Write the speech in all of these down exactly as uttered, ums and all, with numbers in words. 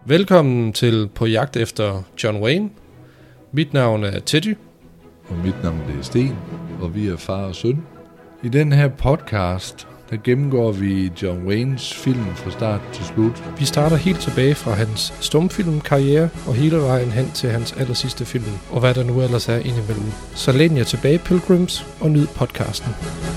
Velkommen til På jagt efter John Wayne. Mit navn er Teddy. Og mit navn er Sten, og vi er far og søn. I den her podcast, der gennemgår vi John Waynes film fra start til slut. Vi starter helt tilbage fra hans stumfilmkarriere og hele vejen hen til hans allersidste film, og hvad der nu ellers er indimellem. Så læn jer tilbage, Pilgrims, og nyd podcasten.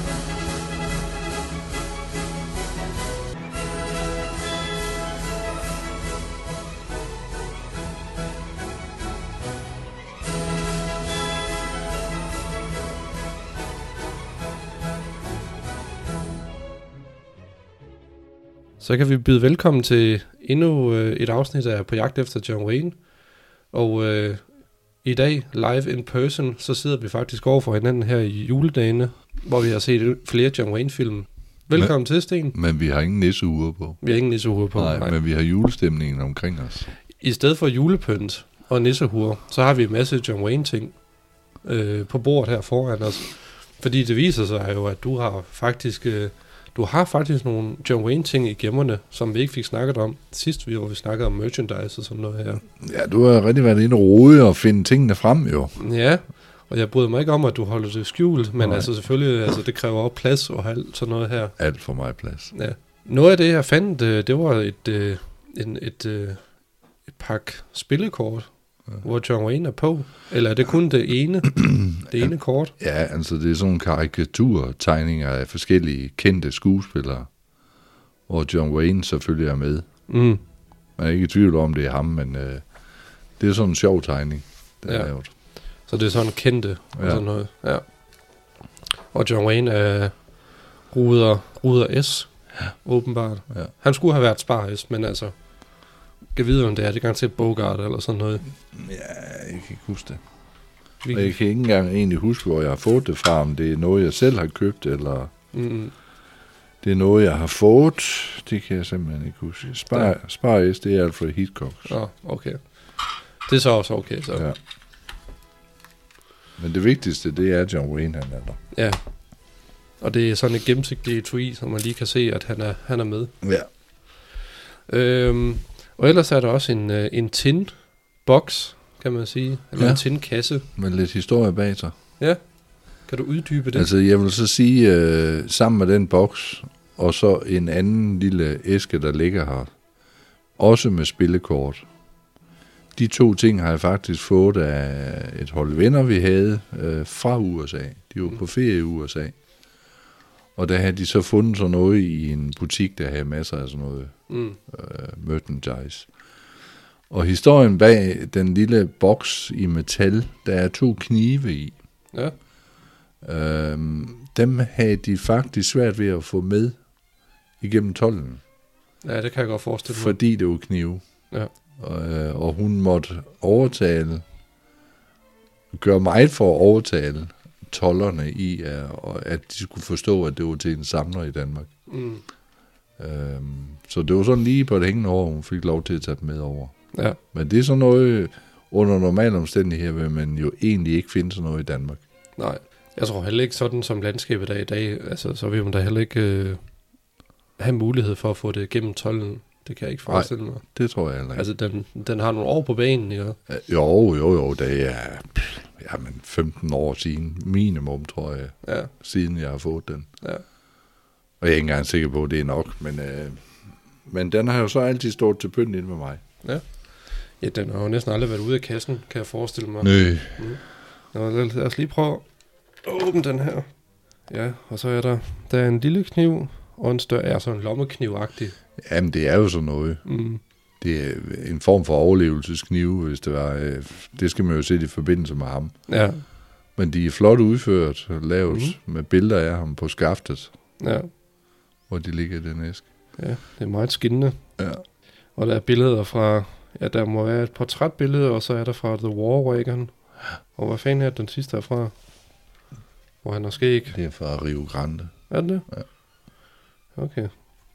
Så kan vi byde velkommen til endnu øh, et afsnit af På jagt efter John Wayne. Og øh, i dag, live in person, så sidder vi faktisk over for hinanden her i juledagene, hvor vi har set flere John Wayne-film. Velkommen men, til, Sten. Men vi har ingen nisseure på. Vi har ingen nisseure på. Nej, nej, men vi har julestemningen omkring os. I stedet for julepynt og nissehure, så har vi en masse John Wayne-ting øh, på bordet her foran os. Fordi det viser sig jo, at du har faktisk... Øh, Du har faktisk nogle John Wayne-ting i gemmerne, som vi ikke fik snakket om sidst, hvor vi snakkede om merchandise og sådan noget her. Ja, du har rigtig været inde og rode og finde tingene frem, jo. Ja, og jeg bryder mig ikke om, at du holder det skjult, men Nej. altså selvfølgelig, altså, det kræver også plads og alt sådan noget her. Alt for meget plads. Ja. Noget af det, jeg fandt, det var et, et, et, et, et pakke spillekort, ja. Hvor John Wayne er på. Eller er det kun det ene, det ene kort? Ja, altså det er sådan nogle karikaturtegninger af forskellige kendte skuespillere, hvor John Wayne selvfølgelig er med. Mm. Man er ikke i tvivl om, det er ham, men øh, det er sådan en sjov tegning, der ja. er lavet. Så det er sådan kendte og ja. sådan noget. Ja. Og John Wayne er ruder, ruder S, ja. åbenbart. Ja. Han skulle have været Spar S, men altså... Kan vide, om det er. Det er garanteret Bogart eller sådan noget. Ja, jeg kan ikke huske det. Vi... Og jeg kan ikke engang egentlig huske, hvor jeg har fået det fra. Om det er noget, jeg selv har købt, eller mm. det er noget, jeg har fået. Det kan jeg simpelthen ikke huske. Spar, ja. Spar S, det er Alfred Hitchcock. Ja, okay. Det er så også okay, så. Ja. Men det vigtigste, det er John Wayne, han er der. Ja. Og det er sådan et gennemsigtigt etui, så man lige kan se, at han er, han er med. Ja. Øhm... Og ellers er der også en, øh, en tin-boks, kan man sige. Eller ja. en tin-kasse. Med lidt historie bag sig. Ja. Kan du uddybe det? Altså, jeg vil så sige, øh, sammen med den boks, og så en anden lille æske, der ligger her, også med spillekort. De to ting har jeg faktisk fået af et hold venner, vi havde øh, fra U S A. De var mm. på ferie i U S A. Og der havde de så fundet sådan noget i en butik, der havde masser af sådan noget mm. øh, merchandise. Og historien bag den lille boks i metal, der er to knive i. Ja. Øhm, dem havde de faktisk svært ved at få med igennem tolden. Ja, det kan jeg godt forestille mig. Fordi det var knive. Ja. Og, øh, og hun måtte overtale, gøre meget for at overtale tolderne i, og at de skulle forstå, at det var til en samler i Danmark. Mm. Øhm, så det var sådan lige på det hængende år, hun fik lov til at tage dem med over. Ja. Men det er sådan noget, under normale omstændigheder, vil man jo egentlig ikke finde sådan noget i Danmark. Nej, jeg tror heller ikke sådan, som landskabet er i dag, altså så vil man da heller ikke øh, have mulighed for at få det gennem tolden. Det kan jeg ikke forestille mig. Nej, det tror jeg heller ikke. Altså, den, den har nogle år på banen, ja. Jo, jo, jo, det er ja, men femten år siden, minimum, tror jeg, ja. Siden jeg har fået den. Ja. Og jeg er ikke engang sikker på, at det er nok, men, øh, men den har jo så altid stået til pynt inde med mig. Ja. Ja, den har jo næsten aldrig været ude af kassen, kan jeg forestille mig. Nej. Mm. Nå, lad os lige prøve at åbne den her. Ja, og så er der, der er en lille kniv, og en større, er sådan en lommekniv-agtig. Jamen, det er jo sådan noget. Mm. Det er en form for overlevelseskniv, hvis det var. Det skal man jo se i forbindelse med ham. Ja. Men de er flot udført, lavet mm. med billeder af ham på skaftet. Ja. Hvor de ligger i den æske. Ja, det er meget skinnende. Ja. Og der er billeder fra, ja, der må være et portrætbillede, og så er der fra The War Wagon. Og hvad fanden er den sidste herfra? Hvor han har skæg. Det er fra Rio Grande. Er det? Ja. Okay.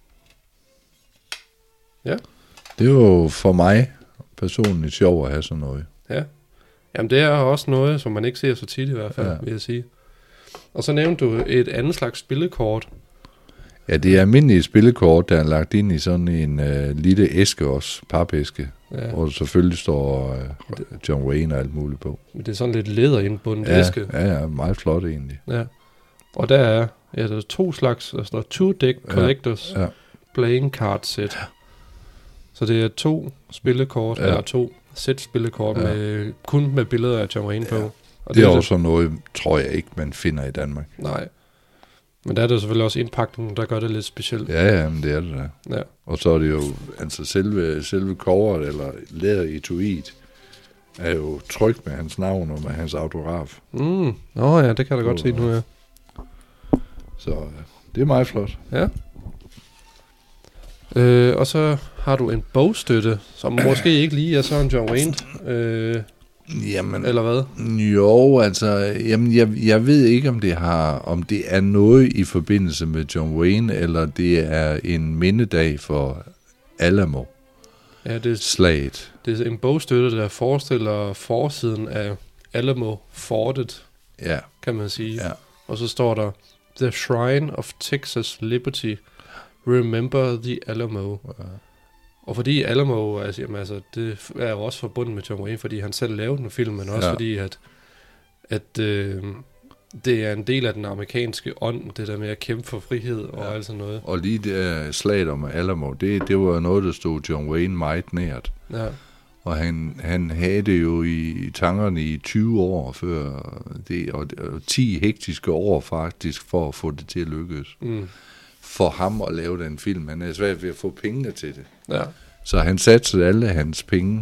Ja. Det er jo for mig personligt sjovt at have sådan noget. Ja. Jamen det er også noget, som man ikke ser så tit i hvert fald, ja. Vil jeg sige. Og så nævnte du et andet slags spillekort. Ja, det er almindelige spillekort, der er lagt ind i sådan en øh, lille æske også, papæske, Ja. hvor selvfølgelig står øh, John Wayne og alt muligt på. Men det er sådan lidt læderindbundet Ja, æske. ja, ja, meget flot egentlig. Ja. Og der er, ja, der er to slags, der står two deck collectors, Ja, ja. playing card set. Så det er to spillekort, Ja. eller to sæt spillekort, Ja. med, kun med billeder af John Wayne på. Ja. Og Det er det også sådan noget, tror jeg ikke, man finder i Danmark. Nej. Men der er det selvfølgelig også indpakningen, der gør det lidt specielt. Ja, ja, men det er det da. Ja. Og så er det jo, altså selve, selve coveret, eller læderetuiet, er jo trykt med hans navn og med hans autograf. Mm. Nå ja, det kan jeg da godt Oh. se nu, ja. Så øh, det er meget flot. Ja. Øh, og så har du en bogstøtte, som måske ikke lige er sådan John Wayne, øh, Jamen, eller hvad? jo, altså, jamen, jeg, jeg ved ikke, om det har, om det er noget i forbindelse med John Wayne, eller det er en mindedag for Alamo. Ja, det er, Slaget. det er en bogstøtte, der forestiller forsiden af Alamo Fortet, Ja, kan man sige. ja. Og så står der, The Shrine of Texas Liberty, Remember the Alamo. Ja. Og fordi Alamo, altså, jamen, altså, det er jo også forbundet med John Wayne, fordi han selv lavede den film, men også Ja. fordi, at, at øh, det er en del af den amerikanske ånd, det der med at kæmpe for frihed og Ja. alt sådan noget. Og lige det slaget om Alamo, det, det var noget, der stod John Wayne meget nært. Ja, Og han, han havde det jo i tankerne i tyve år før det, og, og ti hektiske år faktisk, for at få det til at lykkes. mm, For ham at lave den film. Han er svært ved at få pengene til det. ja, Så han satte alle hans penge,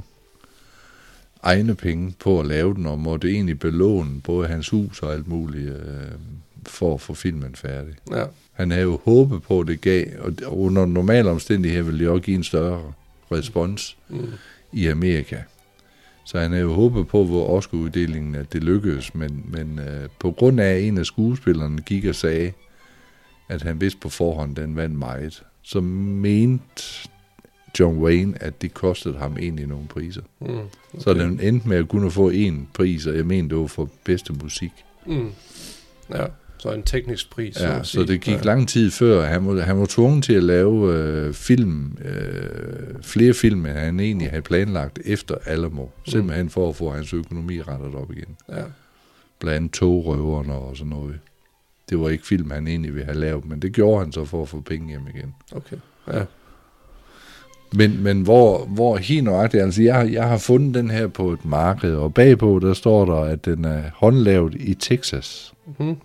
egne penge, på at lave den, og måtte egentlig belåne både hans hus og alt muligt, øh, for at få filmen færdig. ja, Han havde jo håbet på, at det gav, og under normale omstændigheder ville det også give en større respons mm, i Amerika. Så han havde jo håbet på, hvor Oscar-uddelingen, at det lykkedes, men, men øh, på grund af, at en af skuespillerne gik og sagde, at han vidste på forhånd, den vandt meget, så mente John Wayne, at det kostede ham egentlig nogle priser. mm, okay. Så den endte med at kunne få én pris, og jeg mener, det var for bedste musik. Mm, ja, så en teknisk pris. Ja, at så sige. det gik ja. lang tid før. Han var, han var tvunget til at lave øh, film, øh, flere film, end han egentlig havde planlagt efter Alamo. Simpelthen for at få hans økonomi rettet op igen. Ja, Blandt andet Togrøverne og sådan noget. Det var ikke film, han egentlig ville have lavet, men det gjorde han så for at få penge hjem igen. okay. Ja, Men, men hvor, hvor helt nøjagtigt, altså jeg, jeg har fundet den her på et marked, og bagpå der står der, at den er håndlavet i Texas. mm,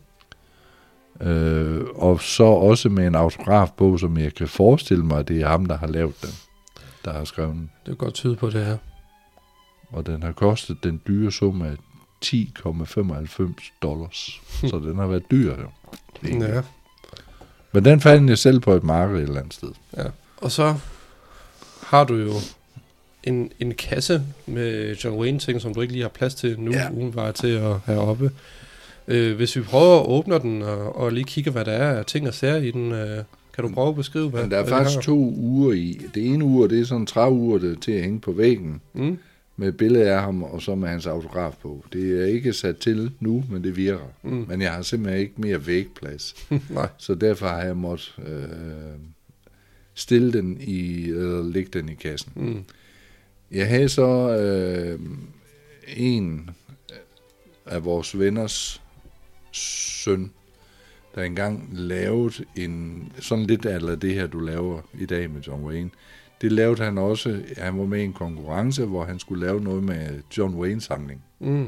Øh, og så også med en autograf på, som jeg kan forestille mig, at det er ham, der har lavet den, der har skrevet den. det er godt tyde på det her. Og den har kostet den dyre sum af ti komma femoghalvfems dollars. Så den har været dyr, jo. Ja. Men den fandt jeg selv på et marked et eller andet sted. Ja, og så har du jo en, en kasse med John Wayne-ting, som du ikke lige har plads til nu, Ja. uden var til at have oppe. Øh, hvis vi prøver at åbne den, og, og lige kigge, hvad der er af ting og sager i den, øh, kan du prøve at beskrive, hvad, Men der er hvad faktisk det to uger i. Det ene ur, det er sådan en træur, der er til at hænge på væggen, har? Mm, med et billede af ham, og så med hans autograf på. Det er ikke sat til nu, men det virker. mm. Men jeg har simpelthen ikke mere vægplads. Nej. Så derfor har jeg måttet øh, stille den i, eller lægge den i kassen. Mm. Jeg havde så øh, en af vores venners søn, der engang lavede en, sådan lidt af det her, du laver i dag med John Wayne. Det lavede han også, han var med i en konkurrence, hvor han skulle lave noget med John Wayne-samling. Mm.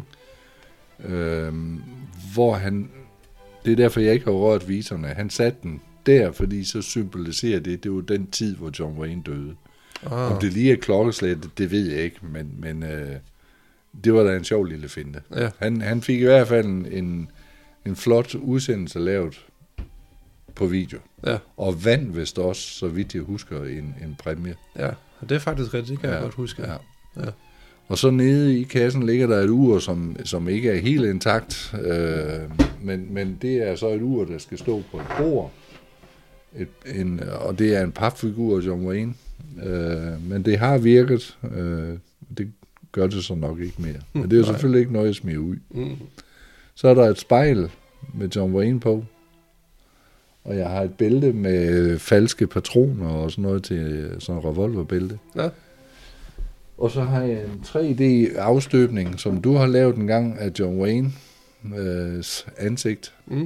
Øh, hvor han, det er derfor, jeg ikke har rørt viserne. Han satte den der, fordi så symboliserer det, det var den tid, hvor John Wayne døde. Ah. Om det lige er klokkeslæt, det ved jeg ikke, men, men øh, det var da en sjov lille finte. Ja. Han, han fik i hvert fald en, en, en flot udsendelse lavet på video. Ja, Og vandt vist også, så vidt jeg husker, en, en præmie. ja. Og det er faktisk rigtigt, det kan ja. jeg godt huske. Ja. Ja. Og så nede i kassen ligger der et ur, som, som ikke er helt intakt, øh, men, men det er så et ur, der skal stå på et bord. Et, en, og det er en papfigur af John Wayne. Øh, men det har virket. Øh, det gør det så nok ikke mere. Men det er jo Nej. selvfølgelig ikke noget, jeg smider ud. Mm. Så er der et spejl med John Wayne på. Og jeg har et bælte med falske patroner og sådan noget til sådan en revolverbælte. Ja. Og så har jeg en tre D-afstøbning, som du har lavet en gang af John Waynes øh, ansigt. Mm.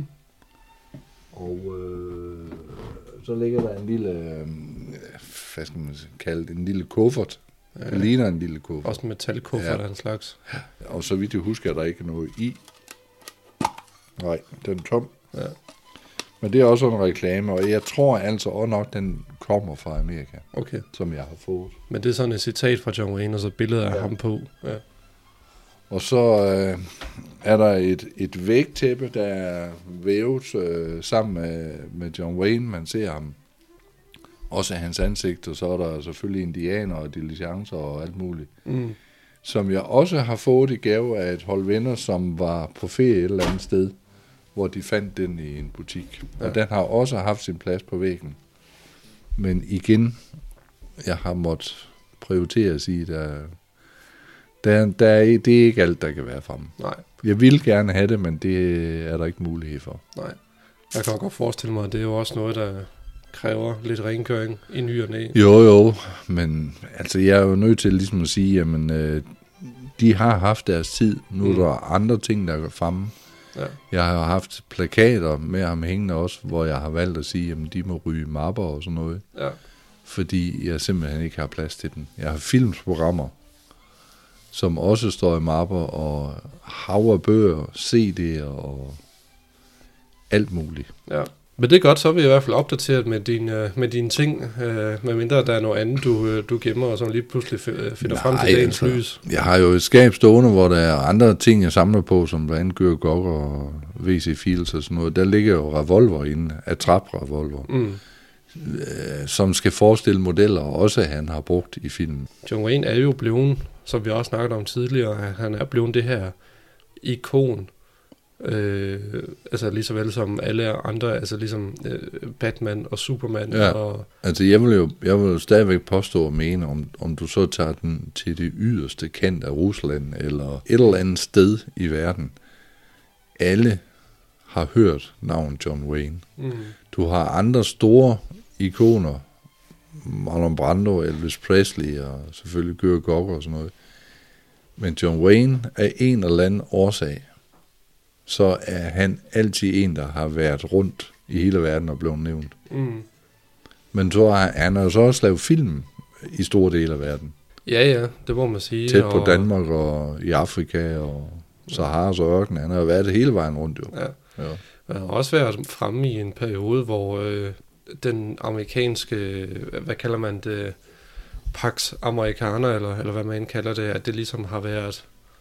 Og øh, så ligger der en lille, øh, hvad skal man kalde det, en lille kuffert. Ja. Det ligner en lille kuffert. Også en metalkuffert ja. af en slags. Og så vidt jeg husker, er der ikke noget i. Nej, den er tom. Ja. Men det er også en reklame, og jeg tror altså også nok, den kommer fra Amerika. Okay. Som jeg har fået. Men det er sådan et citat fra John Wayne, og så billeder af ja. ham på. Ja. Og så øh, er der et, et vægtæppe, der er vævet øh, sammen med, med John Wayne. Man ser ham også hans ansigt, og så er der selvfølgelig indianer og diligencer og alt muligt. Mm. Som jeg også har fået i gave af et hold venner, som var på ferie et eller andet sted, hvor de fandt den i en butik. Ja. Og den har også haft sin plads på væggen. Men igen, jeg har måttet prioritere at sige, der, der, der er, det er ikke alt, der kan være fremme. Nej. Jeg vil gerne have det, men det er der ikke mulighed for. Nej. Jeg kan godt forestille mig, at det er jo også noget, der kræver lidt rengøring i ny og næ. Jo, jo, men altså, jeg er jo nødt til ligesom at sige, jamen, øh, de har haft deres tid. Nu mm. er der andre ting, der er fremme. Ja. Jeg har haft plakater med ham hængende også, hvor jeg har valgt at sige, at de må ryge mapper og sådan noget. Ja. Fordi jeg simpelthen ikke har plads til den. Jeg har filmprogrammer, som også står i mapper, og hav af bøger, C D'er og alt muligt. Ja. Men det er godt, så er vi i hvert fald opdateret med, din, med dine ting, øh, medmindre der er noget andet, du, du gemmer, og som lige pludselig finder Nej, frem til dagens altså, lys. Jeg har jo et skab stående, hvor der er andre ting, jeg samler på, som blandt andet Gør Gokker og V C Fields og sådan noget. Der ligger jo revolver inde, attrap-revolver, mm. øh, som skal forestille modeller, og også han har brugt i filmen. John Wayne er jo blevet, som vi også snakket om tidligere, han er blevet det her ikon. Øh, altså lige så vel som alle andre, altså ligesom øh, Batman og Superman. Ja, og altså jeg vil jo jeg vil jo stadigvæk påstå og mene, om, om du så tager den til det yderste kant af Rusland, eller et eller andet sted i verden, alle har hørt navnet John Wayne. Mm. Du har andre store ikoner, Marlon Brando, Elvis Presley og selvfølgelig Gør Gokker og sådan noget. Men John Wayne er en eller anden årsag, så er han altid en, der har været rundt i hele verden og blevet nævnt. Mm. Men så har han jo så også lavet film i store dele af verden. Ja, ja, det må man sige. Tæt på og Danmark og i Afrika og Saharas og ørken. Han har jo været det hele vejen rundt, jo. Ja. Ja. Han har også været fremme i en periode, hvor øh, den amerikanske, hvad kalder man det, Pax Americana, eller, eller hvad man end kalder det, at det ligesom har været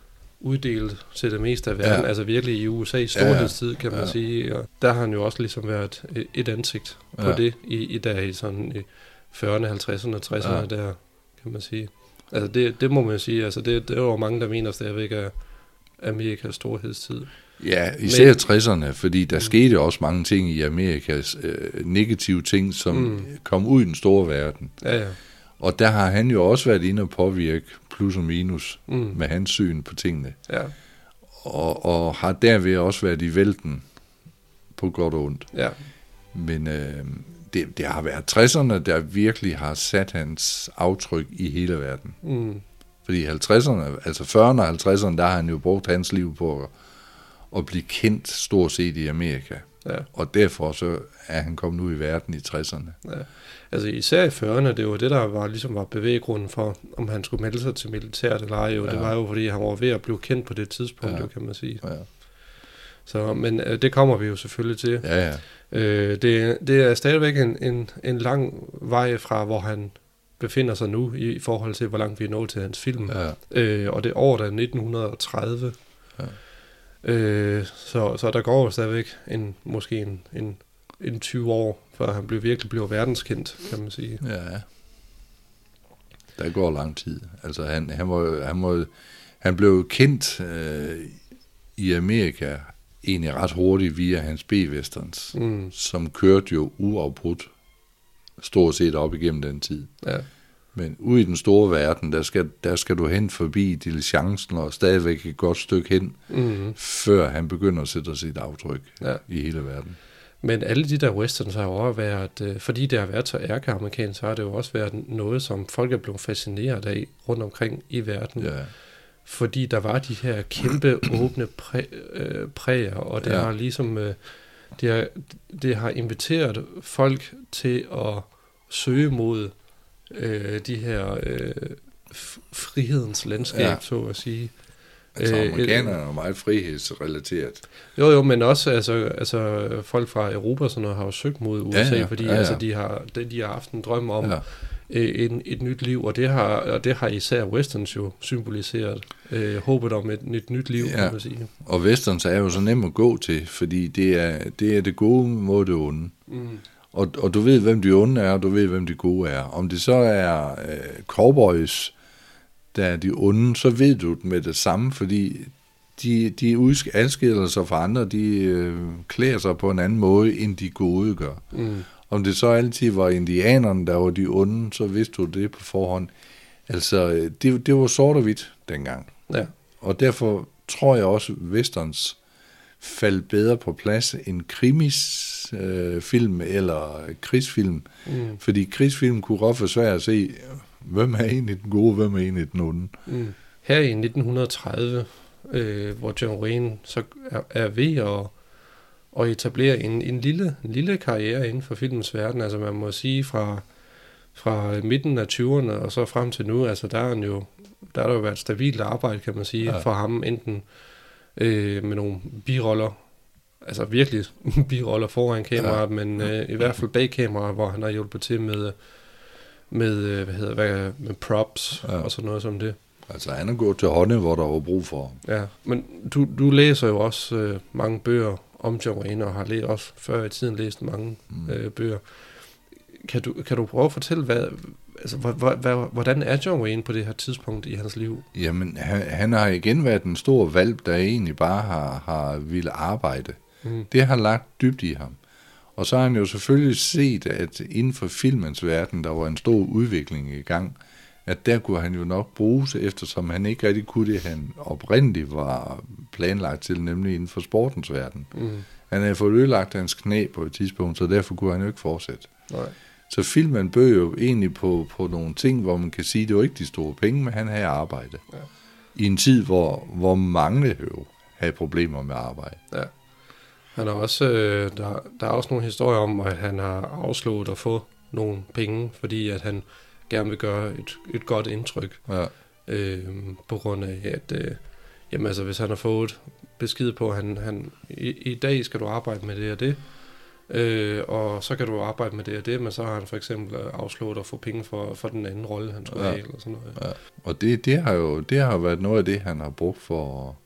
uddelt til det meste af verden, ja. Altså virkelig i U S A's storhedstid, kan man ja. sige, og der har han jo også ligesom været et ansigt på ja. det, i, i der i sådan i fyrrerne, halvtredserne og tresserne, ja. Der, kan man sige. Altså det, det må man sige, altså det, det er jo mange, der mener stadigvæk er Amerikas storhedstid. Ja, især Men, tresserne, fordi der mm. skete også mange ting i Amerikas øh, negative ting, som mm. kom ud i den store verden. Ja, ja. Og der har han jo også været inde og påvirke plus og minus mm. med hans syn på tingene. Ja. Og, og har derved også været i vælten på godt og ondt. Ja. Men øh, det, det har været tresserne, der virkelig har sat hans aftryk i hele verden. Mm. Fordi halvtredserne, altså fyrrerne og halvtredserne, der har han jo brugt hans liv på at, at blive kendt stort set i Amerika. Ja. Og derfor så er han kommet ud i verden i tresserne. Ja. Altså især i fyrrerne, det var det, der var, ligesom var bevæggrunden for, om han skulle melde sig til militæret eller ej. Jo. Ja. Det var jo, fordi han var ved at blive kendt på det tidspunkt, ja. jo, kan man sige. Ja. Så, men øh, det kommer vi jo selvfølgelig til. Ja, ja. Øh, det, det er stadigvæk en, en, en lang vej fra, hvor han befinder sig nu, i, i forhold til, hvor langt vi er nået til hans film. Ja. Øh, og det år, der er nitten tredive. Ja. Øh, så, så der går jo stadigvæk en, måske en, en, en tyve år, før han blev, virkelig blev verdenskendt, kan man sige. Ja, der går lang tid. Altså han, han, må, han, må, han blev kendt øh, i Amerika egentlig ret hurtigt via hans B-westerns, mm. som kørte jo uafbrudt stort set op igennem den tid. Ja. Men ude i den store verden, der skal, der skal du hen forbi diligencen og stadigvæk et godt stykke hen, mm-hmm. før han begynder at sætte sit aftryk ja. i hele verden. Men alle de der westerns har jo også været, øh, fordi det har været så ærkeamerikansk, så har det jo også været noget, som folk er blevet fascineret af rundt omkring i verden. Ja. Fordi der var de her kæmpe åbne præ, øh, præger, og det Ja. har ligesom øh, det, har, det har inviteret folk til at søge mod øh, de her øh, f- frihedens landskab, Ja. så at sige. Altså, Øh, amerikanerne er jo meget frihedsrelateret. Jo, jo, men også altså, altså, folk fra Europa og sådan noget, har jo søgt mod U S A, Ja, ja. fordi Ja, ja. Altså, de, har, de, de har haft en drøm om Ja. øh, en, et nyt liv, og det har, og det har især westerns jo symboliseret. Øh, håbet om et nyt, nyt liv, Ja. kan man sige. Og westerns er jo så nemt at gå til, fordi det er det, er det gode mod det onde. Mm. Og, og du ved, hvem de onde er, og du ved, hvem de gode er. Om det så er øh, cowboys, der er de onde, så ved du det med det samme, fordi de, de udsk- adskiller sig fra andre, de øh, klæder sig på en anden måde, end de gode gør. Mm. Om det så altid var indianerne, der var de onde, så vidste du det på forhånd. Altså, det, det var sort og hvidt dengang. Ja. Og derfor tror jeg også, westerns faldt bedre på plads end krimis øh, film eller krigsfilm. Mm. Fordi krigsfilm kunne godt være svært at se, hvem er egentlig den gode, hvem er egentlig den onde. Mm. Her i nitten tredive, øh, hvor John Wayne så er, er ved at, at etablere en, en, lille, en lille karriere inden for filmens verden, altså man må sige fra, fra midten af tyverne og så frem til nu, altså der er han jo, der har der jo været stabilt arbejde, kan man sige, Ja. for ham, enten øh, med nogle biroller, altså virkelig biroller foran kameraet, ja. men øh, i hvert fald bag kameraet, hvor han har hjulpet til med, med, øh, hvad hedder, hvad, med props Ja. og sådan noget som det. Altså han er gået til hånden, hvor der var brug for ham. Ja, men du, du læser jo også øh, mange bøger om John Wayne, og har læ- også før i tiden læst mange Mm. øh, bøger. Kan du, kan du prøve at fortælle, hvad, altså, hvad, hvad, hvad, hvordan er John Wayne på det her tidspunkt i hans liv? Jamen, han, han har igen været en stor valp, der egentlig bare har, har ville arbejde. Mm. Det har lagt dybt i ham. Og så har han jo selvfølgelig set, at inden for filmens verden, der var en stor udvikling i gang, at der kunne han jo nok bruges, eftersom han ikke rigtig kunne det, han oprindeligt var planlagt til, nemlig inden for sportens verden. Mm. Han havde fået ødelagt hans knæ på et tidspunkt, så derfor kunne han jo ikke fortsætte. Nej. Så filmen bød jo egentlig på, på nogle ting, hvor man kan sige, at det var ikke de store penge, men han havde arbejde. Ja. I en tid, hvor, hvor mange jo havde problemer med arbejde. Ja. Han har også, øh, der, der er også nogle historier om, at han har afslået at få nogle penge, fordi at han gerne vil gøre et, et godt indtryk. Ja. Øh, på grund af, at øh, jamen, altså, hvis han har fået besked på, at han, han, i, i dag skal du arbejde med det og det, øh, og så kan du arbejde med det og det, men så har han for eksempel afslået at få penge for, for den anden rolle, han skulle Ja. have, eller sådan noget. Ja. Og det, det har jo det har været noget af det, han har brugt for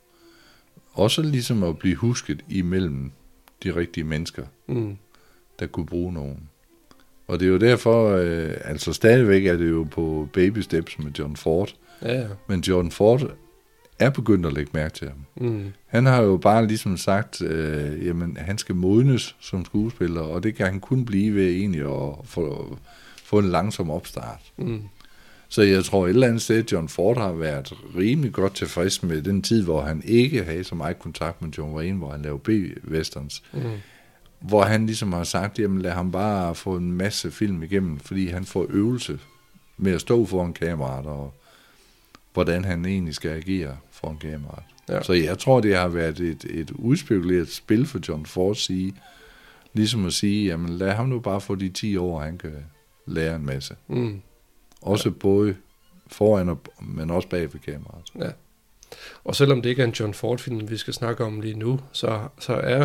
også ligesom at blive husket imellem de rigtige mennesker, Mm. der kunne bruge nogen. Og det er jo derfor, øh, altså stadigvæk er det jo på baby steps med John Ford, Ja, ja. men John Ford er begyndt at lægge mærke til ham. Mm. Han har jo bare ligesom sagt, øh, jamen han skal modnes som skuespiller, og det kan han kun blive ved egentlig at få, få en langsom opstart. Mm. Så jeg tror et eller andet sted, John Ford har været rimelig godt tilfreds med den tid, hvor han ikke havde så meget kontakt med John Wayne, hvor han lavede B-westerns. Mm. Hvor han ligesom har sagt, jamen lad ham bare få en masse film igennem, fordi han får øvelse med at stå foran kameraet, og hvordan han egentlig skal agere foran kameraet. Ja. Så jeg tror, det har været et, et udspekuleret spil for John Ford at sige, ligesom at sige, jamen lad ham nu bare få de ti år, han kan lære en masse. Mm. Også ja. Både foran, og, men også bag ved kameraet. Ja. Og selvom det ikke er en John Ford-film, vi skal snakke om lige nu, så, så er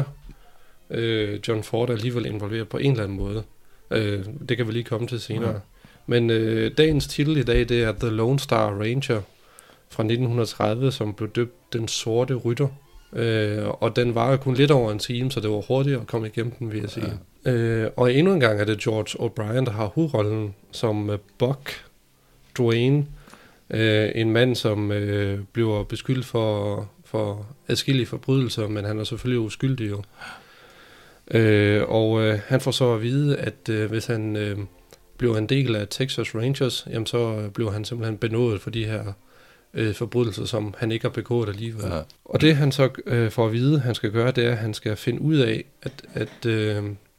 øh, John Ford alligevel involveret på en eller anden måde. Øh, det kan vi lige komme til senere. Ja. Men øh, dagens titel i dag, det er The Lone Star Ranger fra nitten tredive, som blev døbt Den Sorte Rytter. Øh, og den var kun lidt over en time, så det var hurtigt at komme igennem den, vil jeg sige. Ja. Øh, og endnu en gang er det George O'Brien, der har hovedrollen som uh, Buck Duane. Øh, en mand, som øh, bliver beskyldt for, for adskillige forbrydelser, men han er selvfølgelig uskyldig jo. Øh, og øh, han får så at vide, at øh, hvis han øh, bliver en del af Texas Rangers, jamen så øh, bliver han simpelthen benådet for de her øh, forbrydelser, som han ikke har begået alligevel. Ja. Og det han så øh, får at vide, han skal gøre, det er, at han skal finde ud af, at, at, øh,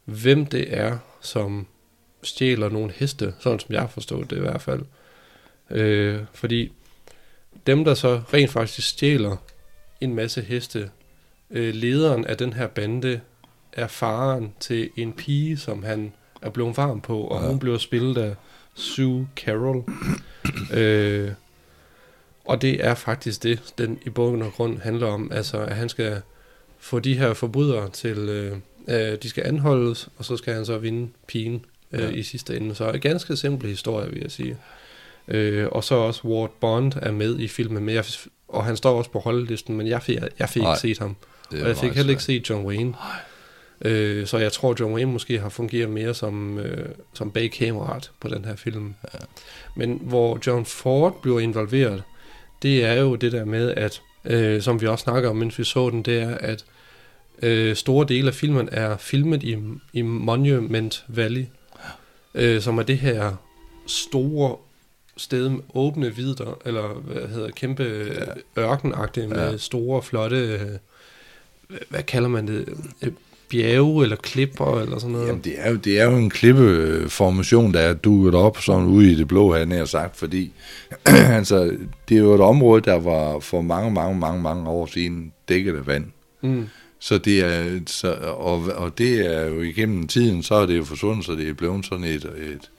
hvem det er, som stjæler nogle heste, sådan som jeg har forstået det i hvert fald. Øh, fordi dem, der så rent faktisk stjæler en masse heste, øh, lederen af den her bande, er faren til en pige, som han er blevet varm på, og ja. hun bliver spillet af Sue Carroll. øh, og det er faktisk det, den i bund og grund handler om, altså at han skal få de her forbrydere til, øh, øh, de skal anholdes, og så skal han så vinde pigen øh, ja. i sidste ende. Så en ganske simpel historie, vil jeg sige. Øh, og så også Ward Bond er med i filmen, men jeg, og han står også på holdelisten, men jeg fik, jeg fik ikke set ham. Og jeg fik heller ikke set John Wayne. Øh, så jeg tror, John Wayne måske har fungeret mere som, øh, som bagkammerat på den her film. Ja. Men hvor John Ford bliver involveret, det er jo det der med, at øh, som vi også snakker om, mens vi så den, det er, at øh, store dele af filmen er filmet i, i Monument Valley, øh, som er det her store sted med åbne vidder, eller hvad hedder, kæmpe ja. ørkenagtige med ja. store, flotte, øh, hvad kalder man det, øh, bjerge eller klipper eller sådan noget. Jamen det er jo, det er jo en klippeformation, der er duet op sådan ude i det blå, han har sagt, fordi altså, det er jo et område, der var for mange, mange, mange, mange år siden dækket af vand. Mm. Så det er, så, og, og det er jo igennem tiden, så er det jo forsvundet, så det er blevet sådan et, et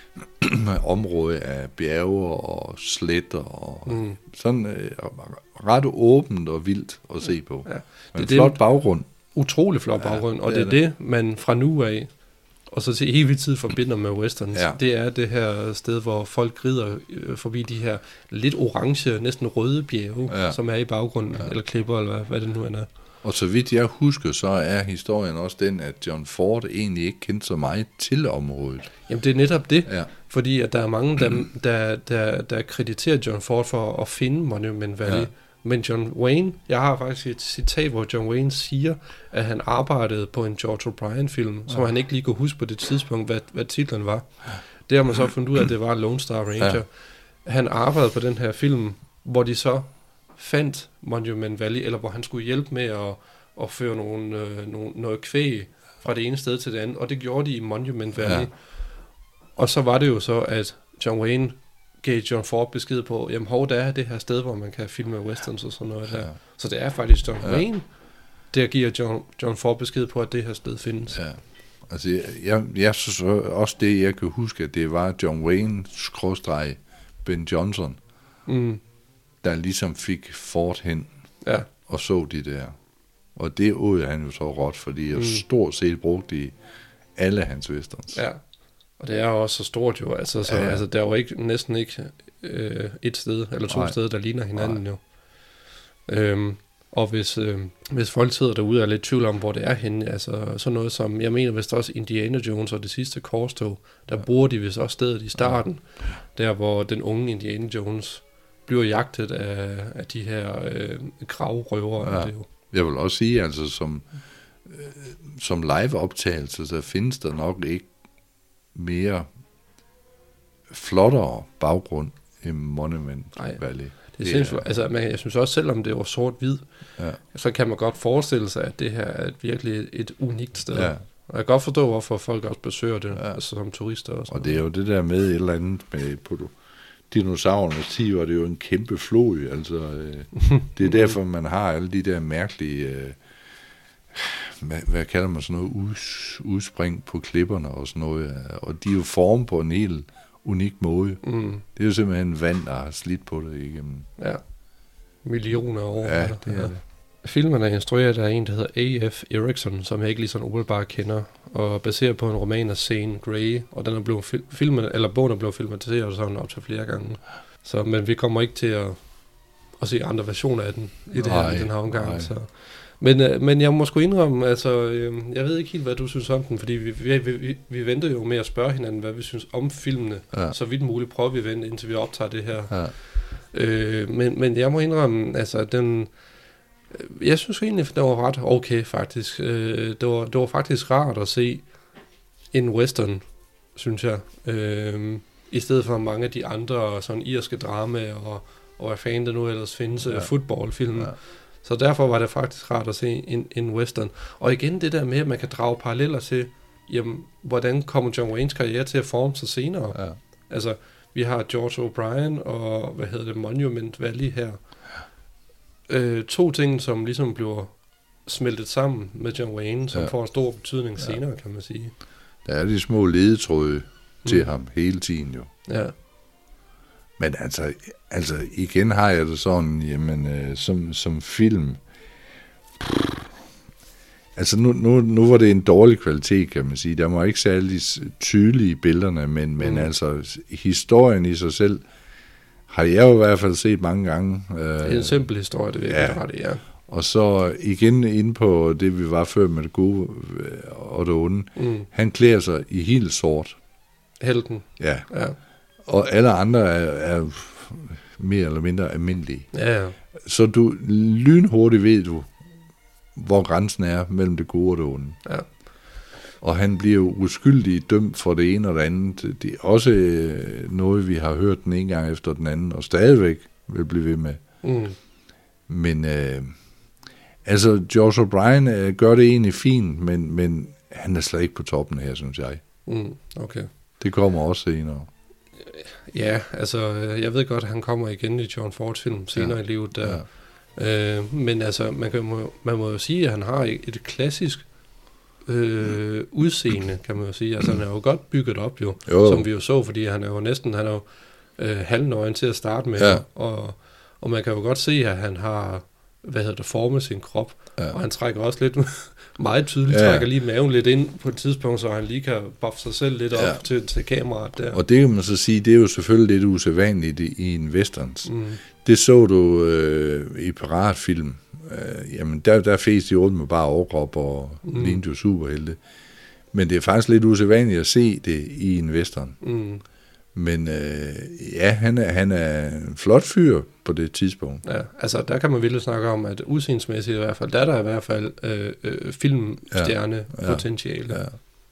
område af bjerge og sletter og mm. sådan øh, ret åbent og vildt at se på. Ja. Men det er flot det, baggrund. Utrolig flot baggrund, ja, og det er det, det, man fra nu af, og så til evig tid forbinder med westerns, ja. det er det her sted, hvor folk rider øh, forbi de her lidt orange, næsten røde bjerge, ja. som er i baggrunden, ja. eller klipper, eller hvad, hvad det nu er. Og så vidt jeg husker, så er historien også den, at John Ford egentlig ikke kendte så meget til området. Jamen det er netop det, ja. fordi at der er mange, der, der, der, der krediterer John Ford for at finde Monument Valley. Ja. Men John Wayne, jeg har faktisk et citat, hvor John Wayne siger, at han arbejdede på en George O'Brien-film, ja. som han ikke lige kunne huske på det tidspunkt, hvad, hvad titlen var. Det har man så fundet ud af, at det var Lone Star Ranger. Ja. Han arbejdede på den her film, hvor de så fandt Monument Valley, eller hvor han skulle hjælpe med at, at føre nogle, øh, nogle, noget kvæg fra det ene sted til det andet, og det gjorde de i Monument Valley. Ja. Og så var det jo så, at John Wayne gav John Ford besked på, jamen hov, der er det her sted, hvor man kan filme westerns og sådan noget der. Ja. Så det er faktisk John ja. Wayne, der giver John, John Ford besked på, at det her sted findes. Ja. Altså, jeg, jeg, jeg synes også det, jeg kan huske, at det var John Wayne, skråstreg, Ben Johnson, mm. der ligesom fik Ford hen, ja. og så de der. Og det åd han jo så råt, fordi jeg mm. stort set brugte i alle hans westerns. Ja. Og det er jo også så stort jo, altså, så, ja, ja. altså der er jo ikke, næsten ikke øh, et sted, eller to Nej. steder, der ligner hinanden Nej. jo. Øhm, og hvis, øh, hvis folk sidder derude og er lidt tvivl om, hvor det er henne, altså sådan noget som, jeg mener vist også Indiana Jones og det sidste korstog, der ja. bruger de vist også stedet i starten, ja. der hvor den unge Indiana Jones bliver jagtet af, af de her øh, gravrøvere. Ja. Det jo. Jeg vil også sige, altså som, øh, som live-optagelse, så findes der nok ikke mere flottere baggrund i Monument Nej, Valley. Det, det er, altså, man, jeg synes også, selvom det var sort-hvid, ja. så kan man godt forestille sig, at det her er et virkelig et unikt sted. Ja. Og jeg kan godt forstå, hvorfor folk også besøger det, ja. altså som turister. Og, og det er jo det der med et eller andet med på dinosaurernes tid, var det jo en kæmpe flod. Altså, øh, det er derfor, man har alle de der mærkelige... Øh, Hvad, hvad kalder man sådan noget, Uds, udspring på klipperne og sådan noget, og de er jo formet på en helt unik måde. Mm. Det er jo simpelthen vand, der har slidt på det igennem. Ja, millioner af år. Ja, det er ja. det. Filmen er instrueret af en, der hedder A F Erickson, som jeg ikke lige sådan umiddelbart kender, og baseret på en roman af Zane Grey, og den er blevet fil- filmet, eller bogen er blevet filmatiseret sådan op til flere gange. Så, men vi kommer ikke til at, at se andre versioner af den i det her, den her omgang, så... Men, øh, men jeg må sgu indrømme, altså, øh, jeg ved ikke helt, hvad du synes om den, fordi vi, vi, vi, vi venter jo med at spørge hinanden, hvad vi synes om filmene. Ja. Så vidt muligt prøver vi at vente, indtil vi optager det her. Ja. Øh, men, men jeg må indrømme, altså, den... Jeg synes egentlig, det var ret okay, faktisk. Øh, det, var, det var faktisk rart at se en western, synes jeg. Øh, I stedet for mange af de andre sådan irske dramaer, og, og hvad fanden det nu ellers findes, ja. fodboldfilm. Ja. Så derfor var det faktisk rart at se en, en western. Og igen det der med, at man kan drage paralleller til jamen, hvordan kommer John Waynes karriere til at forme sig senere? Ja. Altså, vi har George O'Brien og, hvad hedder det, Monument Valley her. Øh, to ting, som ligesom bliver smeltet sammen med John Wayne, som ja. får en stor betydning ja. senere, kan man sige. Der er de små ledetråde mm. til ham hele tiden jo. Ja. Men altså, altså igen har jeg det sådan, jamen, øh, som, som film, pff, altså nu, nu, nu var det en dårlig kvalitet, kan man sige. Der var ikke særlig tydelige billeder, men, men mm. altså historien i sig selv, har jeg jo i hvert fald set mange gange. Øh, det er en simpel historie, det vil jeg ja. ret i, ja. Og så igen inde på det, vi var før med det gode og det onde. Mm. Han klæder sig i helt sort. Helten. Ja. ja. Og alle andre er, er mere eller mindre almindelige. Ja, ja. Så du lynhurtigt ved du, hvor grænsen er mellem det gode og det onde. Ja. Og han bliver jo uskyldig dømt for det ene og det andet. Det er også noget, vi har hørt den ene gang efter den anden, og stadigvæk vil blive ved med. Mm. Men øh, altså, George O'Brien øh, gør det egentlig fint, men, men han er slet ikke på toppen her, synes jeg. Mm, okay. Det kommer også senere. Ja, altså, jeg ved godt, at han kommer igen i John Fords film senere ja. i livet. Der. Ja. Øh, men altså, man, kan, man må jo sige, at han har et klassisk øh, udseende, kan man jo sige. Altså, han er jo godt bygget op, jo, jo. som vi jo så, fordi han er jo næsten, han er jo øh, halvnøgen til at starte med, ja. og, og man kan jo godt se, at han har, hvad hedder det, formet sin krop, ja. og han trækker også lidt, meget tydeligt, ja. trækker lige maven lidt ind på et tidspunkt, så han lige kan buffe sig selv lidt ja. op til, til kameraet der. Og det kan man så sige, det er jo selvfølgelig lidt usædvanligt i, i en westerns. Mm. Det så du øh, i piratfilm. Øh, jamen, der, der fæste de rundt med bare overkrop og mm. lignede jo superhelte. Men det er faktisk lidt usædvanligt at se det i en western. Mm. Men øh, ja, han er, han er en flot fyr på det tidspunkt. Ja, altså der kan man virkelig snakke om, at udseendsmæssigt i hvert fald, der er der i hvert fald øh, øh, filmstjerne-potentiale. Ja, ja.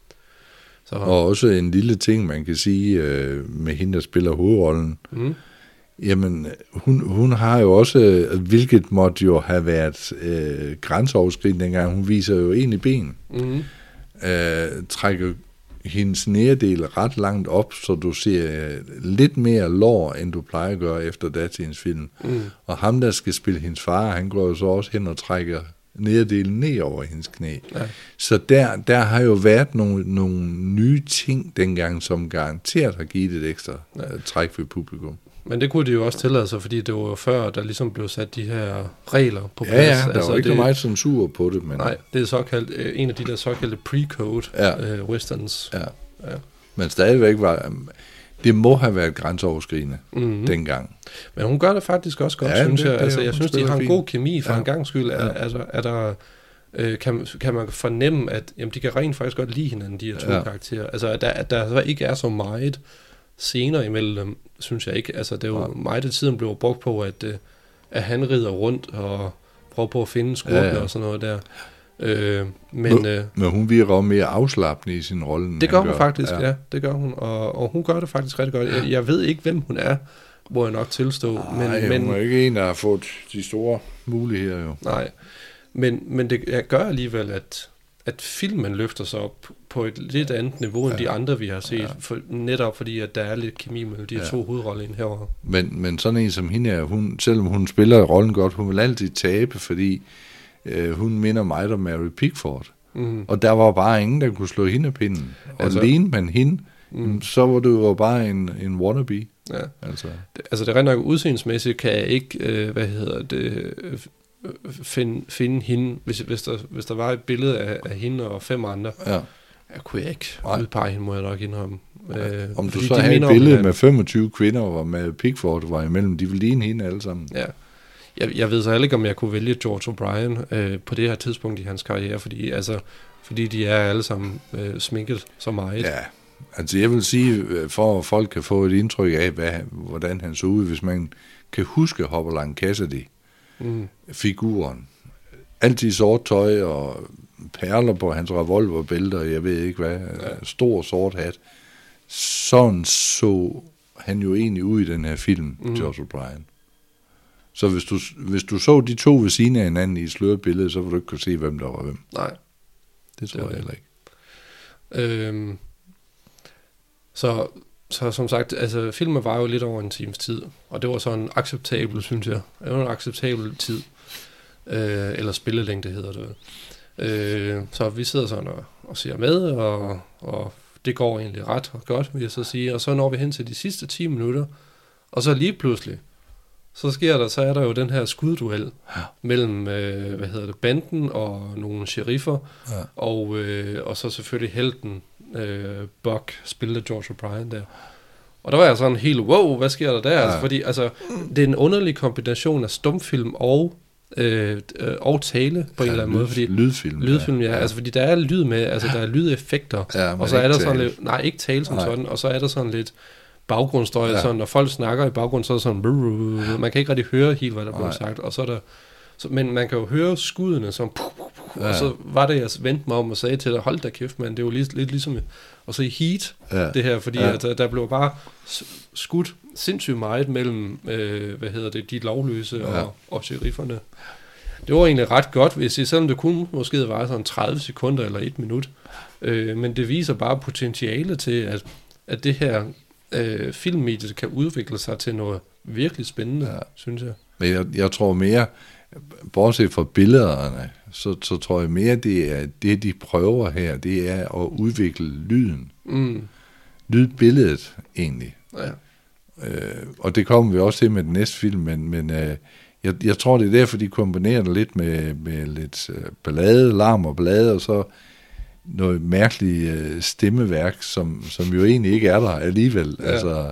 Så. Og også en lille ting, man kan sige øh, med hende, der spiller hovedrollen. Mm. Jamen, hun, hun har jo også, hvilket måtte jo have været øh, grænseoverskridende dengang, hun viser jo egentlig ben. Mm. Øh, trækker hendes næredel ret langt op, så du ser lidt mere lår, end du plejer at gøre efter datidens film. Mm. Og ham, der skal spille hendes far, han går jo så også hen og trækker næredelen ned over hendes knæ. Ja. Så der, der har jo været nogle, nogle nye ting dengang, som garanteret har givet et ekstra ja. træk for publikum. Men det kunne de jo også tillade sig, fordi det var jo før, der ligesom blev sat de her regler på plads. Ja, ja, der altså, var ikke det, meget censur på det. Men nej, det er såkaldt, øh, en af de der såkaldte pre-code ja. øh, westerns. Ja. Ja. Men stadigvæk var, det må have været grænseoverskridende mm-hmm. dengang. Men hun gør det faktisk også godt, ja, synes det, jeg. Altså, jeg synes, de har en god kemi for ja. en gang skyld. Er, ja. altså, er der, øh, kan, kan man fornemme, at jamen, de kan rent faktisk godt lide hinanden, de her to ja. karakterer. Altså, at der, at der ikke er så meget senere imellem dem, synes jeg ikke. Altså, det er jo ja. meget af tiden blev brugt på, at, at han rider rundt og prøver på at finde skurkene ja, ja. og sådan noget der. Øh, men, men, øh, men hun virker også mere afslappende i sin rolle. Det gør hun gør. faktisk, ja. ja, det gør hun. Og, og hun gør det faktisk rigtig godt. Jeg, jeg ved ikke, hvem hun er, må jeg nok tilstå. Nej, men, men, hun er ikke en, der har fået de store muligheder jo. Nej, men, men det gør alligevel, at, at filmen løfter sig op på et lidt andet niveau, end ja. de andre, vi har set. Ja. For, netop fordi, at der er lidt kemi mellem de ja. to hovedroller herovre. Men, men sådan en som hende er, hun, selvom hun spiller rollen godt, hun vil altid tabe, fordi øh, hun minder mig om Mary Pickford. Mm. Og der var bare ingen, der kunne slå hende pinden. Og altså, lignede man hende, mm. så var det jo bare en, en wannabe. Ja. Altså. Det, altså det er rent nok udseendsmæssigt, kan jeg ikke, øh, hvad hedder det, øh, finde, finde hende, hvis, hvis, der, hvis der var et billede af, af hende og fem andre. Ja. Jeg kunne jeg ikke udpege hende, må jeg nok indrømme. Øh, om du så havde et billede med femogtyve kvinder, hvor med Pickford var imellem, de ville ligne hende alle sammen. Ja. Jeg, jeg ved så heller ikke, om jeg kunne vælge George O'Brien øh, på det her tidspunkt i hans karriere, fordi, altså, fordi de er alle sammen øh, sminket så meget. Ja, altså jeg vil sige, for at folk kan få et indtryk af, hvad, hvordan han så ud, hvis man kan huske Hopalong Cassidy, mm. figuren. Altid sort tøj og perler på hans revolverbælter, jeg ved ikke hvad, ja. stor sort hat. Sådan så han jo egentlig ud i den her film, mm. George O'Brien. Så hvis du, hvis du så de to ved siden af hinanden i et sløret billede, så ville du ikke kunne se, hvem der var hvem. Nej. Det tror det jeg heller ikke. Øhm, så, så som sagt, altså filmen var jo lidt over en times tid, og det var sådan acceptabel, synes jeg. Det var en acceptabel tid. Øh, eller spillelængde hedder det. Øh, så vi sidder sådan og, og ser med, og, og det går egentlig ret godt, vil jeg så sige. Og så når vi hen til de sidste ti minutter, og så lige pludselig, så sker der, så er der jo den her skudduel ja. mellem, øh, hvad hedder det, banden og nogle sheriffer, ja. og, øh, og så selvfølgelig helten, øh, Buck, spillet af George O'Brien der. Og der var jeg sådan helt, wow, hvad sker der der? Ja. Altså, fordi altså, det er en underlig kombination af stumfilm og Øh, øh, og tale på ja, en eller anden lyd, måde, fordi lydfilm, lydfilm ja, ja. ja, altså fordi der er lyd med, altså der er lydeffekter, ja, og så er der tale. sådan lidt, nej, ikke tale som nej. sådan, og så er der sådan lidt baggrundsstøj, ja. sådan, når folk snakker i baggrunden, så er det sådan, brrr, man kan ikke rigtig høre helt, hvad der bliver sagt, og så er der, så, men man kan jo høre skuddene, som, puh, puh, puh, ja. og så var det, jeg vendte mig om og sagde til dig, hold da kæft, man, det er jo lidt, lidt ligesom, og så i Heat, ja. det her, fordi ja. at, der, der blev bare skudt sindssygt meget mellem, øh, hvad hedder det, de lovløse ja. og, og sherifferne. Det var egentlig ret godt, hvis jeg, selvom det kun måske var sådan tredive sekunder eller et minut. Øh, men det viser bare potentiale til, at, at det her øh, filmmedie kan udvikle sig til noget virkelig spændende, ja. synes jeg. Men jeg, jeg tror mere, bortset fra billederne, så, så tror jeg mere, det er det, de prøver her, det er at udvikle lyden. Mm. Lydbilledet, egentlig. Ja. Øh, og det kommer vi også til med den næste film, men... men øh, Jeg, jeg tror, det er derfor, de kombinerer det lidt med, med lidt øh, ballade, larm og ballade, og så noget mærkeligt øh, stemmeværk, som, som jo egentlig ikke er der alligevel. Ja. Altså,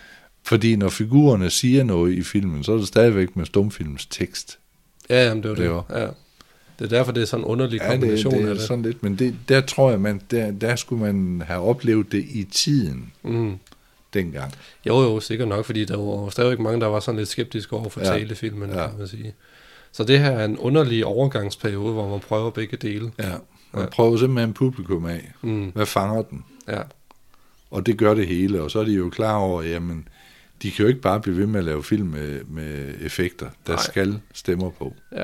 fordi når figurerne siger noget i filmen, så er det stadigvæk med stumfilms tekst. Ja, jamen, det var det. det var. Ja. Det er derfor, det er sådan en underlig kombination ja, det, det af det. Sådan lidt, men det, der tror jeg, man, der, der skulle man have oplevet det i tiden. Mm. Dengang. Jo, jo, sikkert nok, fordi der var stadigvæk mange, der var sådan lidt skeptiske over for ja. talefilmen, ja. kan man sige. Så det her er en underlig overgangsperiode, hvor man prøver begge dele. Ja, man ja. prøver simpelthen publikum af. Mm. Hvad fanger den? Ja. Og det gør det hele, og så er de jo klar over, jamen, de kan jo ikke bare blive ved med at lave film med, med effekter. Der Nej. skal stemmer på. Ja.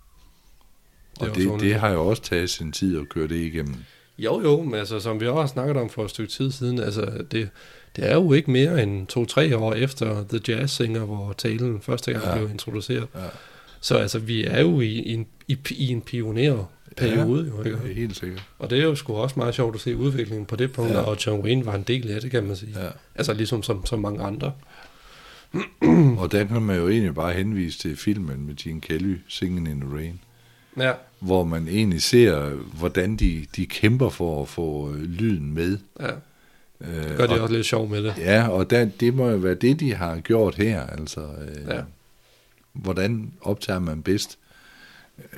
Det og det, det har jo også taget sin tid at køre det igennem. Jo, jo, men altså, som vi også har snakket om for et stykke tid siden, altså, det, det er jo ikke mere end to-tre år efter The Jazz Singer, hvor talen første gang ja. blev introduceret. Ja. Så altså, vi er jo i, i, en, i, i en pionerperiode. Ja, jo, ikke? Det er helt sikkert. Og det er jo sgu også meget sjovt at se udviklingen på det punkt, ja. og John Wayne var en del af det, kan man sige. Ja. Altså ligesom som, som mange andre. Og der kan man jo egentlig bare henvise til filmen med Gene Kelly, Singing in the Rain. Ja. Hvor man egentlig ser, hvordan de, de kæmper for at få lyden med. Ja. Det gør de og, også lidt sjov med det. Ja, og der, det må jo være det, de har gjort her. Altså, øh, ja. Hvordan optager man bedst øh,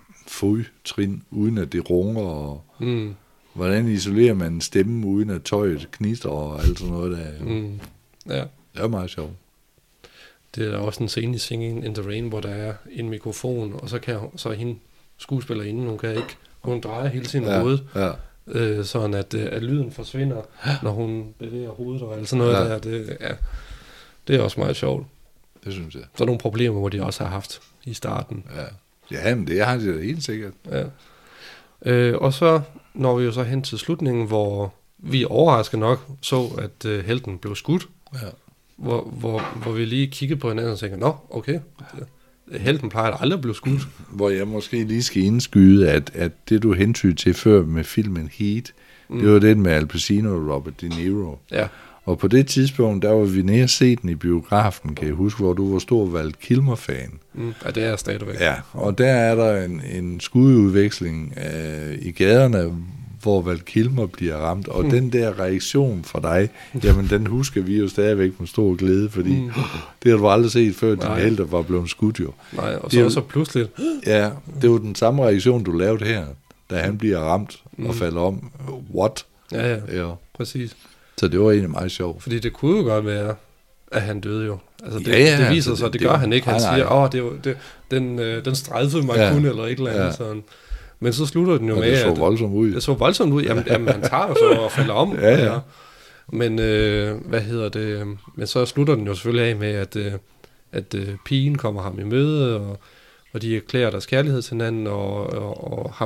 fodtrin, uden at det runger, og mm. hvordan isolerer man stemmen, uden at tøjet knister, og alt sådan noget der. Mm. Ja. Det er meget sjovt. Det er også en scene i Singing in the Rain, hvor der er en mikrofon, og så kan så hende, skuespillerinden, hun kan ikke, hun drejer hele sin ja. hoved, ja. øh, sådan at, at lyden forsvinder, ja. når hun bevæger hovedet og alt sådan noget ja. der. Det, ja, det er også meget sjovt. Det synes jeg. Så er nogle problemer, hvor de også har haft i starten. Ja, ja men det har de da helt sikkert. Ja. Øh, og så når vi jo så hen til slutningen, hvor vi overraskende nok så, at øh, helten blev skudt. Ja. Hvor, hvor, hvor vi lige kiggede på hinanden og tænkte, nå, okay, helten plejer aldrig at blive skudt. Hvor jeg måske lige skal indskyde, at, at det du hentydede til før med filmen Heat, mm. det var det med Al Pacino og Robert De Niro. Ja. Og på det tidspunkt, der var vi nede og se den i biografen, kan jeg huske, hvor du var stor Val Kilmer-fan. Mm. Ja, det er jeg stadigvæk. Ja, og der er der en, en skududveksling øh, i gaderne, hvor Val Kilmer bliver ramt, og mm. den der reaktion fra dig, jamen den husker vi jo stadigvæk med stor glæde, fordi mm. det har du aldrig set før, din helter var blevet skudt jo. Nej, og det så jo, så pludselig. Ja, det var den samme reaktion, du lavede her, da han bliver ramt mm. og falder om. What? Ja, ja, ja, præcis. Så det var egentlig meget sjovt. Fordi det kunne jo godt være, at han døde jo. Altså det, ja, ja, det viser sig, det, det gør det, han ikke. Han nej, siger, åh, det, det, den, øh, den strejfede mig ja. kun, eller et eller andet ja. sådan. Men så slutter den jo ja, med, det så voldsomt ud. Det så voldsomt ud. Jamen, jamen han tager jo så og falder om. ja, ja. Men, øh, hvad hedder det? Men så slutter den jo selvfølgelig af med, at, øh, at øh, pigen kommer ham i møde, og, og de erklærer deres kærlighed til hinanden, og, og, og ham,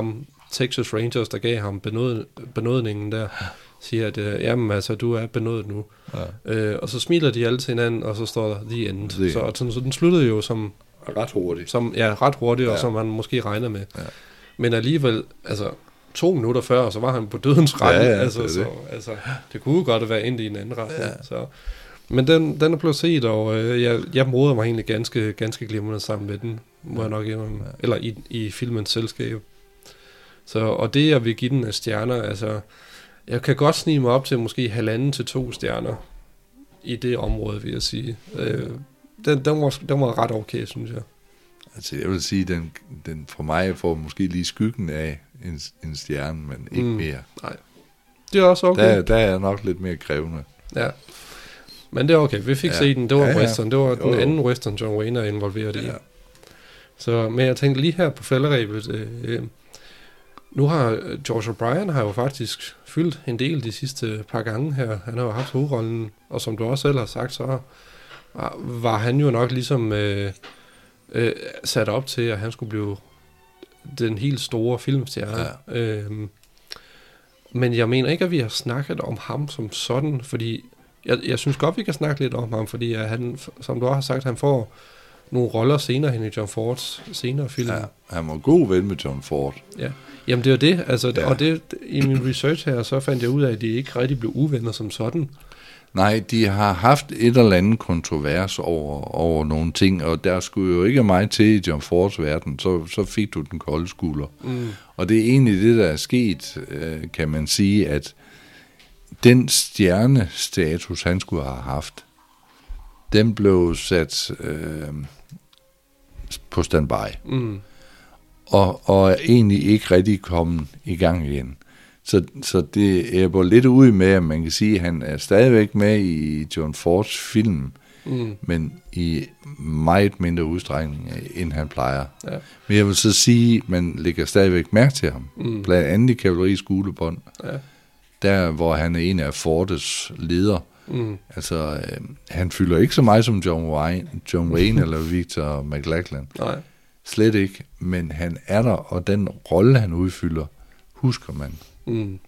Texas Rangers, der gav ham benåd, benådningen der, siger, at øh, jamen altså, du er benådet nu. Ja. Øh, og så smiler de alle til hinanden, og så står der the end. The så, så, så den sluttede jo som... Ret hurtigt. Som, ja, ret hurtigt, ja. Og som man måske regner med. Ja. Men alligevel, altså, to minutter før, så var han på dødens rand. Ja, ja, altså, det, så, det. Altså, det kunne godt være endt i en anden retning. Ja. Så. Men den, den er blevet set, og øh, jeg, jeg moder mig egentlig ganske, ganske glimrende sammen med den, må jeg nok indrømme. Ja. Eller i, i filmens selskab. Så, og det, jeg vil give den af stjerner, altså, jeg kan godt snige mig op til måske halvanden til to stjerner i det område, vil jeg sige. Øh, den, den, var, den var ret okay, synes jeg. Altså, jeg vil sige, den, den for mig får måske lige skyggen af en, en stjerne, men ikke mm, mere. Nej, det er også okay. Der, der er jeg nok lidt mere krævende. Ja, men det er okay. Vi fik ja. set den. Det var ja, ja. western. Det var den jo, anden western, John Wayne er involveret ja. i. Så, men jeg tænkte lige her på falderebet, øh, nu har George O'Brien har jo faktisk fyldt en del de sidste par gange her. Han har jo haft hovedrollen, og som du også selv har sagt, så var han jo nok ligesom øh, øh, sat op til, at han skulle blive den helt store filmstjerne. Ja. Øhm, men jeg mener ikke, at vi har snakket om ham som sådan, fordi jeg, jeg synes godt, vi kan snakke lidt om ham, fordi at han, som du også har sagt, han får nogle roller senere hen i John Fords senere film. Ja, han var god ven med John Ford. Ja. Jamen det er det, altså, ja. Og det, i min research her, så fandt jeg ud af, at de ikke rigtig blev uvenner som sådan. Nej, de har haft et eller andet kontrovers over, over nogle ting, og der skulle jo ikke meget til i John Fords verden, så, så fik du den kolde skulder. Mm. Og det er egentlig det, der er sket, øh, kan man sige, at den stjernestatus, han skulle have haft, den blev sat øh, på standby. Mm. Og, og er egentlig ikke rigtig kommet i gang igen. Så, så det er lidt ud med, at man kan sige, at han er stadigvæk med i John Fords film, mm. men i meget mindre udstrækning, end han plejer. Ja. Men jeg vil så sige, at man lægger stadigvæk mærke til ham. Mm. Blandt andet i Kavaleriets Guldbånd, ja. Der hvor han er en af Fordes ledere. Mm. Altså, øh, han fylder ikke så meget som John Wayne, John Wayne eller Victor McLachlan. Nej. Slet ikke, men han er der, og den rolle, han udfylder, husker man. Mm.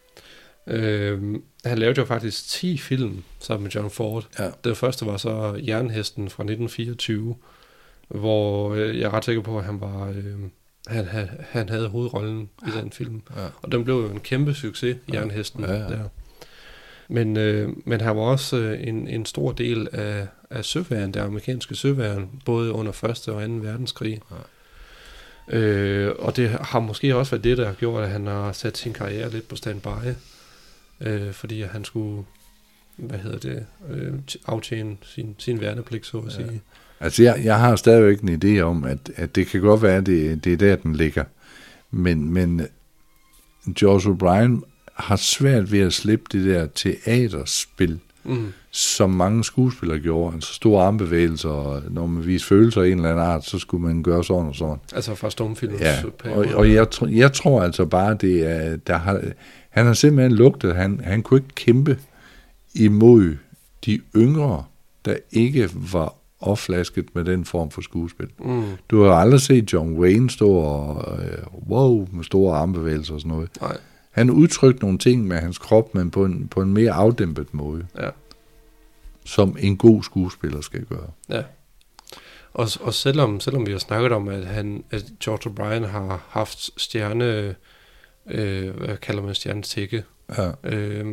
Øh, han lavede jo faktisk ti film sammen med John Ford. Ja. Den første var så Jernhesten fra nitten fireogtyve, hvor øh, jeg er ret sikker på, at han var øh, han, han, han havde hovedrollen i den film. Ja. Og den blev jo en kæmpe succes, Jernhesten. Ja, ja. Der. Men, øh, men han var også øh, en, en stor del af, af søværen, der amerikanske søværen, både under første og anden verdenskrig. Ja. Øh, og det har måske også været det, der har gjort, at han har sat sin karriere lidt på standby, øh, fordi han skulle, hvad hedder det, øh, aftjene sin, sin værnepligt, så at sige. Ja. Altså, jeg, jeg har stadigvæk en idé om, at, at det kan godt være, at det, det er der, den ligger. Men, men George O'Brien har svært ved at slippe det der teaterspil, mm. som mange skuespillere gjorde. Altså store armbevægelser, og når man viser følelser af en eller anden art, så skulle man gøre sådan og sådan. Altså fra stumfilms. Ja, og, og jeg, jeg tror altså bare, det er, der har, han har simpelthen lugtet, han, han kunne ikke kæmpe imod de yngre, der ikke var opflasket med den form for skuespil. Mm. Du har aldrig set John Wayne stå og uh, wow, med store armbevægelser og sådan noget. Nej. Han udtrykte nogle ting med hans krop, men på en, på en mere afdæmpet måde. Ja. Som en god skuespiller skal gøre. Ja. Og, og selvom, selvom vi har snakket om, at, han, at George O'Brien har haft stjerne, øh, hvad kalder man stjernetække, ja. øh,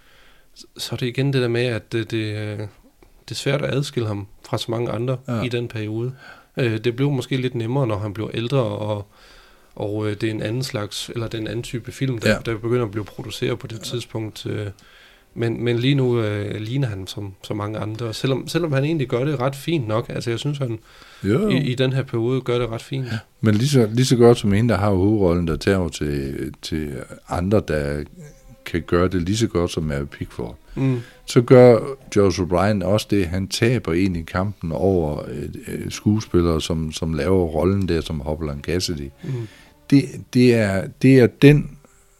så er det igen det der med, at det, det, det er svært at adskille ham fra så mange andre ja. i den periode. Øh, det blev måske lidt nemmere, når han blev ældre, og Og øh, det er en anden slags, eller den anden type film, der, ja. der begynder at blive produceret på det ja. tidspunkt. Øh, men, men lige nu øh, ligner han som, som mange andre. Selvom, selvom han egentlig gør det ret fint nok. Altså jeg synes, han i, i den her periode gør det ret fint. Ja. Men lige så, lige så godt som en, der har hovedrollen, der tager til, til andre, der kan gøre det lige så godt som Mary Pickford. Mm. Så gør George O'Brien også det, han taber ind i kampen over øh, skuespillere, som, som laver rollen der som Hopalong Cassidy. Mm. Det, det, er, det er den,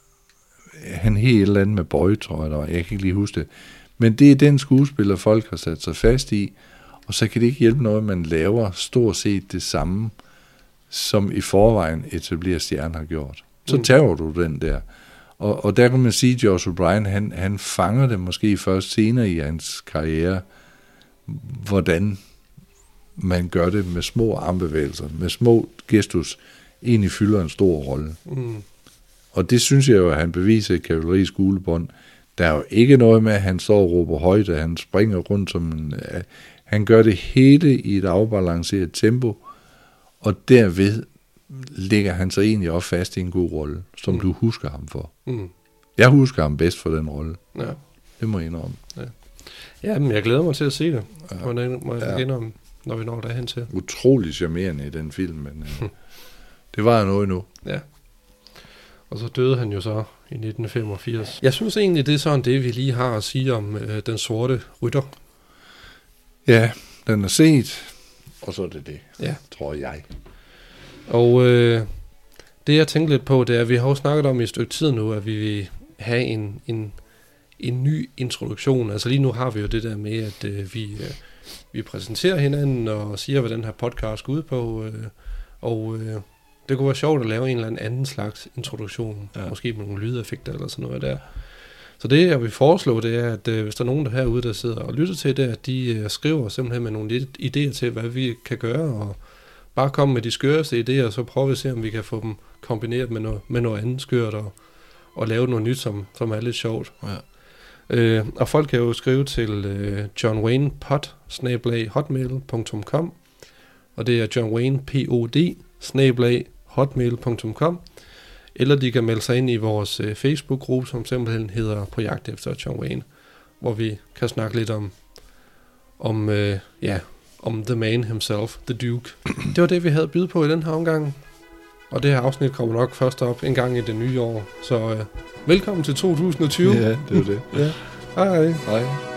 han helt et eller andet med Boy, tror jeg, der, jeg kan ikke lige huske det, men det er den skuespiller, folk har sat sig fast i, og så kan det ikke hjælpe noget, at man laver stort set det samme, som i forvejen etablerer stjerner har gjort. Så Mm. tager du den der. Og, og der kan man sige, at Josh O'Brien, han, han fanger det måske først senere i hans karriere, hvordan man gør det med små armbevægelser, med små gestus, egentlig fylder en stor rolle. Mm. Og det synes jeg jo, at han beviser i Kavaleriets Guldbånd. Der er jo ikke noget med, at han står og råber højt, at han springer rundt som en... Han gør det hele i et afbalanceret tempo, og derved ligger han så egentlig også fast i en god rolle, som mm. du husker ham for. Mm. Jeg husker ham bedst for den rolle. Ja. Det må jeg indrømme. Ja. Ja, men jeg glæder mig til at se det. Ja. Hvordan må jeg Ja. indrømme, når vi når derhen til. Utrolig charmerende i den film, men øh, det var noget nu. Ja. Og så døde han jo så i nitten femogfirs. Jeg synes egentlig, det er sådan det, vi lige har at sige om øh, Den Sorte Rytter. Ja, den er set, og så er det det, Ja. tror jeg. Og øh, det jeg tænkte lidt på, det er, at vi har jo snakket om i et stykke tid nu, at vi vil have en, en, en ny introduktion. Altså lige nu har vi jo det der med, at øh, vi, øh, vi præsenterer hinanden og siger, hvad den her podcast går ud på. Øh, og øh, det kunne være sjovt at lave en eller anden slags introduktion. Ja. Måske med nogle lydeffekter eller sådan noget der. Så det jeg vil foreslå, det er, at øh, hvis der er nogen der herude, der sidder og lytter til det, at de øh, skriver simpelthen med nogle lidt idéer til, hvad vi kan gøre, og bare komme med de skøreste idéer, og så prøve at se, om vi kan få dem kombineret med noget, med noget andet skørt, og, og lave noget nyt, som, som er lidt sjovt. Ja. Øh, og folk kan jo skrive til øh, John Wayne pod snabel-a hotmail punktum com, og det er John Wayne pod snabel-a hotmail punktum com, eller de kan melde sig ind i vores øh, Facebook-gruppe, som simpelthen hedder På jagt efter John Wayne, hvor vi kan snakke lidt om, om øh, ja, om The Man himself, The Duke. Det var det, vi havde at byde på i den her omgang. Og det her afsnit kommer nok først op en gang i det nye år. Så øh, velkommen til to tusind og tyve. Ja, det var det. Ja. Hej. Hej.